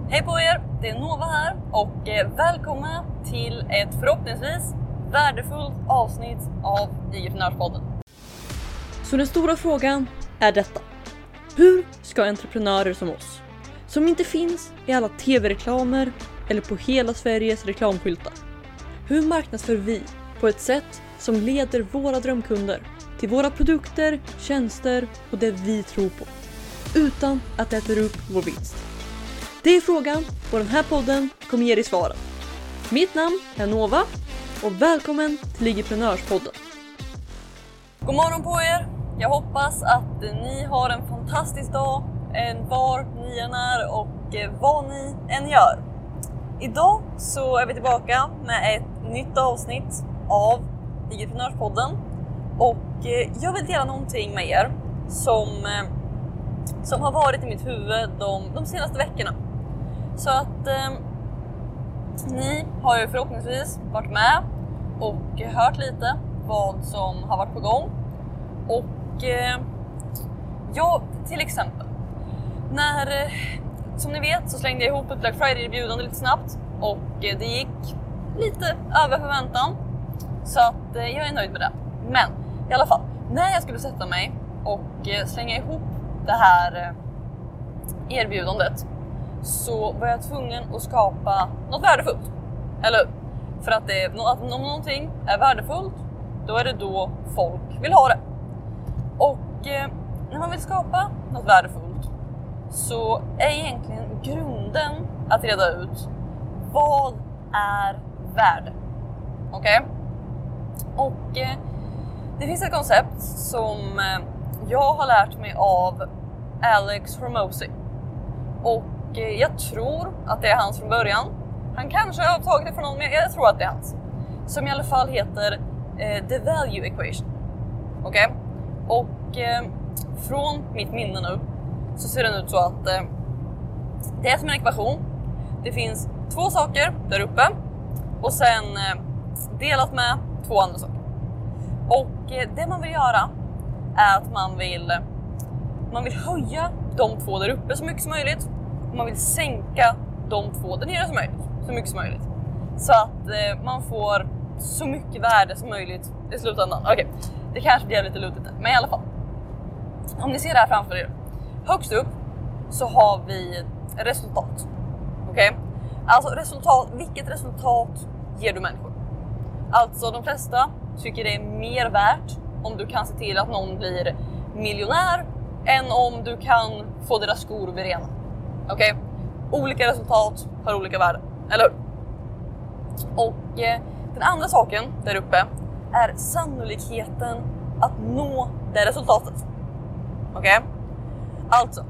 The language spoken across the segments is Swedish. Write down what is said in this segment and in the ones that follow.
Hej på er, det är Nova här och välkomna till ett förhoppningsvis värdefullt avsnitt av IG-Prenörspodden. Så den stora frågan är detta. Hur ska entreprenörer som oss, som inte finns i alla tv-reklamer eller på hela Sveriges reklamskyltar, hur marknadsför vi på ett sätt som leder våra drömkunder till våra produkter, tjänster och det vi tror på, utan att det äter upp vår vinst? Det är frågan och den här podden kommer ge dig svaren. Mitt namn är Nova och välkommen till IG-Prenörspodden. God morgon på er! Jag hoppas att ni har en fantastisk dag var ni än är och vad ni än gör. Idag så är vi tillbaka med ett nytt avsnitt av IG-Prenörspodden och jag vill dela någonting med er som har varit i mitt huvud de senaste veckorna. Så att ni har ju förhoppningsvis varit med och hört lite vad som har varit på gång. Och ja, till exempel som ni vet så slängde jag ihop ett Black Friday-erbjudande lite snabbt och det gick lite över förväntan. Så att jag är nöjd med det. Men i alla fall, när jag skulle sätta mig och slänga ihop det här erbjudandet så var jag tvungen att skapa något värdefullt. Eller hur? För att om någonting är värdefullt, då är det då folk vill ha det. Och när man vill skapa något värdefullt så är egentligen grunden att reda ut vad är värde. Okej? Och det finns ett koncept som jag har lärt mig av Alex Hormozi. Och jag tror att det är hans från början. Han kanske har tagit det från någon, men jag tror att det är hans. Som i alla fall heter The Value Equation. Okej? Och från mitt minne nu så ser det ut så att det är som en ekvation. Det finns två saker där uppe och sen delat med två andra saker. Och det man vill göra är att man vill höja de två där uppe så mycket som möjligt. Och man vill sänka de två där nere så mycket som möjligt. Så att man får så mycket värde som möjligt i slutändan. Okej, det kanske blir lite lutigt där, men i alla fall. Om ni ser det här framför er. Högst upp så har vi resultat. Okej? Alltså vilket resultat ger du människor? Alltså de flesta tycker det är mer värt om du kan se till att någon blir miljonär än om du kan få deras skor att bli rena. Okej? Olika resultat har olika värden, eller hur? Och den andra saken där uppe är sannolikheten att nå det resultatet. Okej? Alltså,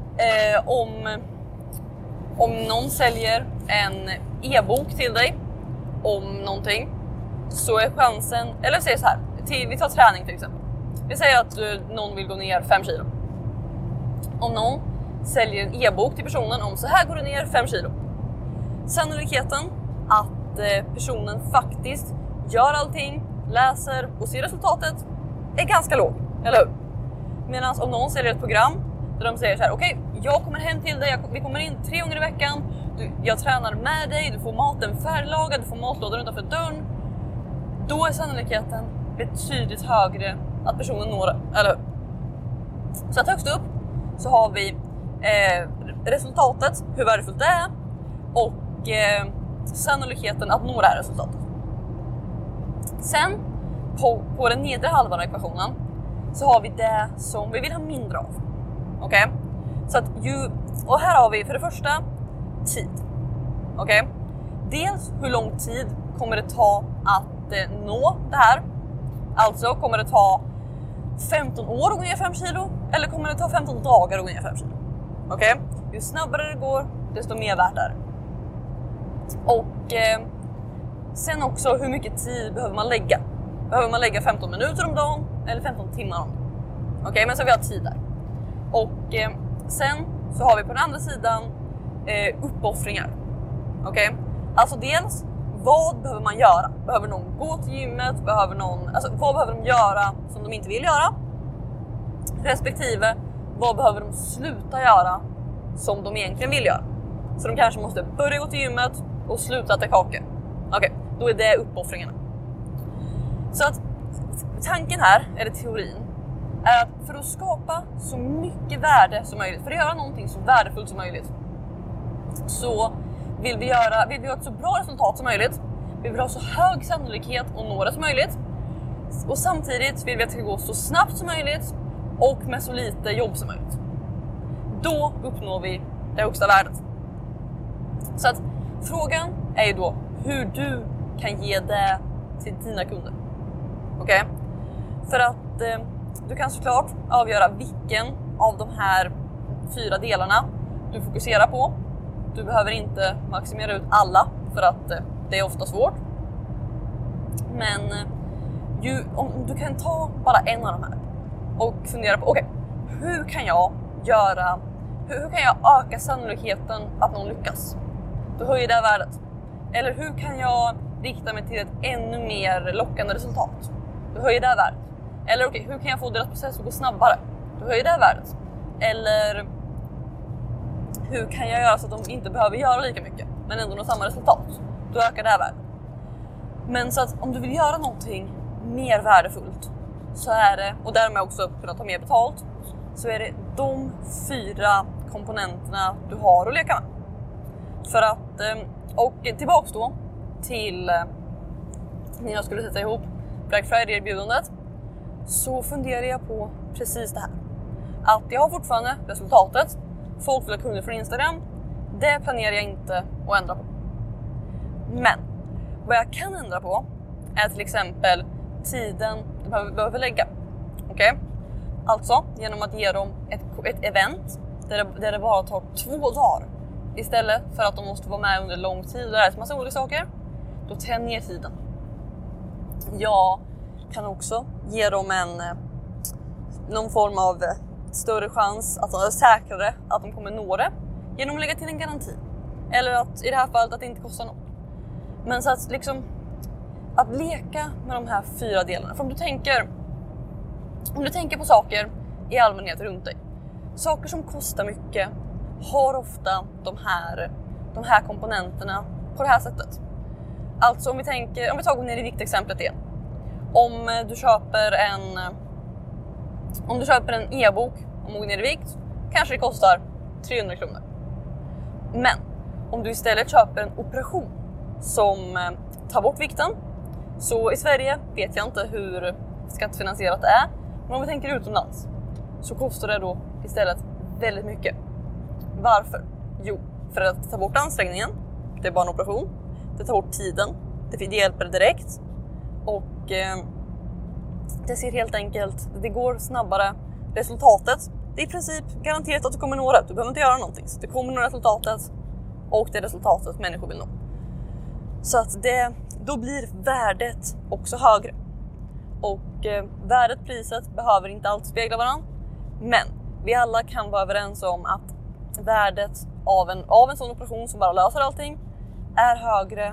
om någon säljer en e-bok till dig om någonting så är chansen, eller vi säger så här, vi tar träning till exempel. Vi säger att någon vill gå ner 5 kilo. Om någon säljer en e-bok till personen om så här går du ner 5 kilo. Sannolikheten att personen faktiskt gör allting, läser och ser resultatet är ganska låg, eller hur? Medan om någon säljer ett program där de säger så här: okej, jag kommer hem till dig, vi kommer in 3 gånger i veckan, jag tränar med dig, du får maten färdiglagad, du får matlådan utanför dörren. Då är sannolikheten betydligt högre att personen når det, eller hur? Så att högst upp så har vi resultatet, hur värdefullt det är, och sannolikheten att nå det här resultatet. Sen på den nedre halvan av ekvationen så har vi det som vi vill ha mindre av. Okej? Så att och här har vi för det första tid. Okej? Dels hur lång tid kommer det ta att nå det här? Alltså kommer det ta 15 år att gå ner 5 kilo eller kommer det ta 15 dagar att gå ner 5 kilo? Okej? Ju snabbare det går desto mer värt är det. Och sen också hur mycket tid behöver man lägga? Behöver man lägga 15 minuter om dagen eller 15 timmar om dagen? Okej, men så vi har tid där. Och sen så har vi på den andra sidan uppoffringar. Okej? Alltså dels, vad behöver man göra? Behöver någon gå till gymmet? Vad behöver de göra som de inte vill göra? Respektive, vad behöver de sluta göra som de egentligen vill göra? Så de kanske måste börja gå till gymmet och sluta äta kakor. Okej, då är det uppoffringarna. Så att tanken här, eller teorin, är att för att skapa så mycket värde som möjligt, för att göra någonting så värdefullt som möjligt, så vill vi ha ett så bra resultat som möjligt. Vi vill ha så hög sannolikhet att nå det som möjligt. Och samtidigt vill vi att det ska gå så snabbt som möjligt och med så lite jobb som möjligt. Då uppnår vi det högsta värdet. Så att frågan är ju då hur du kan ge det till dina kunder. Okej? För att du kan såklart avgöra vilken av de här 4 delarna du fokuserar på. Du behöver inte maximera ut alla för att det är ofta svårt. Men om du kan ta bara en av de här och fundera på hur kan jag öka sannolikheten att någon lyckas? Då höjer det värdet. Eller hur kan jag rikta mig till ett ännu mer lockande resultat? Då höjer det värdet. Eller hur kan jag få deras process att gå snabbare? Då höjer det värdet. Eller hur kan jag göra så att de inte behöver göra lika mycket men ändå nå samma resultat? Då ökar det värdet. Men så att om du vill göra någonting mer värdefullt så är det, och därmed också kunna ta mer betalt, så är det de 4 komponenterna du har att leka med. För att, och tillbaks då till när jag skulle sätta ihop Black Friday-erbjudandet, så funderar jag på precis det här. Att jag har fortfarande resultatet. Folk vill ha kunder från Instagram. Det planerar jag inte att ändra på. Men vad jag kan ändra på är till exempel tiden de behöver lägga. Okej? Alltså genom att ge dem ett event där det bara tar 2 dagar. Istället för att de måste vara med under lång tid och lära sig massa olika saker. Då tar jag ner tiden. Jag kan också ge dem någon form av större chans, alltså säkrare att de kommer nå det, genom att lägga till en garanti. Eller att i det här fallet att det inte kostar något. Men så att liksom att leka med de här 4 delarna. För om du tänker på saker i allmänhet runt dig. Saker som kostar mycket har ofta de här komponenterna på det här sättet. Alltså om vi tar gå ner i viktexemplet igen. Om du köper en e-bok om att gå ner i vikt, kanske det kostar 300 kronor. Men om du istället köper en operation som tar bort vikten, så i Sverige vet jag inte hur skattefinansierat det är, men om vi tänker utomlands så kostar det då istället väldigt mycket. Varför? Jo, för att ta bort ansträngningen, det är bara en operation, det tar bort tiden, det hjälper direkt och det ser helt enkelt, det går snabbare. Resultatet, det är i princip garanterat att du kommer nå det. Du behöver inte göra någonting. Så det kommer nå resultatet och det är resultatet människor vill nå. Så att då blir värdet också högre. Och värdet, priset behöver inte alltid spegla varandra. Men vi alla kan vara överens om att värdet av en sån operation som bara löser allting är högre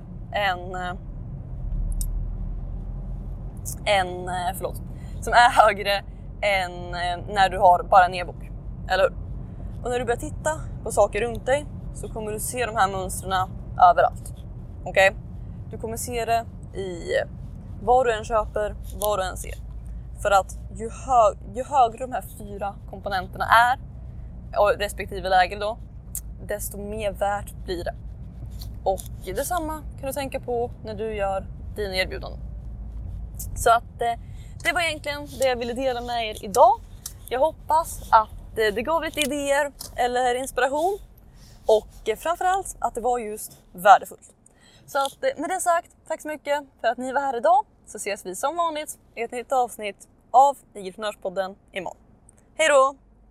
än när du har bara en e-bok, eller hur? Och när du börjar titta på saker runt dig så kommer du se de här mönstren överallt. Okej? Du kommer se det i vad du än köper, vad du än ser. För att ju högre de här 4 komponenterna är, och respektive läge då, desto mer värt blir det. Och detsamma kan du tänka på när du gör dina erbjudanden. Så att det var egentligen det jag ville dela med er idag. Jag hoppas att det gav lite idéer eller inspiration. Och framförallt att det var just värdefullt. Så att med det sagt, tack så mycket för att ni var här idag. Så ses vi som vanligt i ett nytt avsnitt av IG-prenörspodden imorgon. Hej då!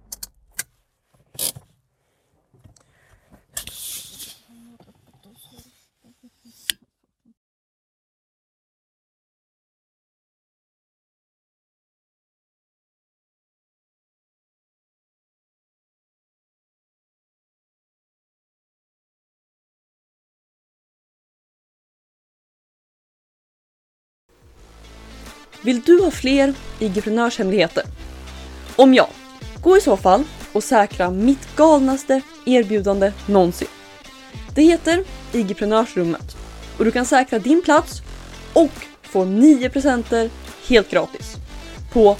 Vill du ha fler IG-prenörshemligheter? Om ja, gå i så fall och säkra mitt galnaste erbjudande någonsin. Det heter IG-prenörsrummet och du kan säkra din plats och få 9 presenter helt gratis på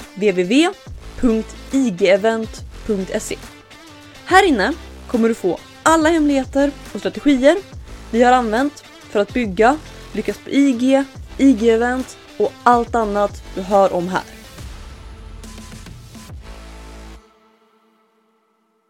www.igevent.se. Här inne kommer du få alla hemligheter och strategier vi har använt för att lyckas på IG, IG-event och allt annat du hör om här.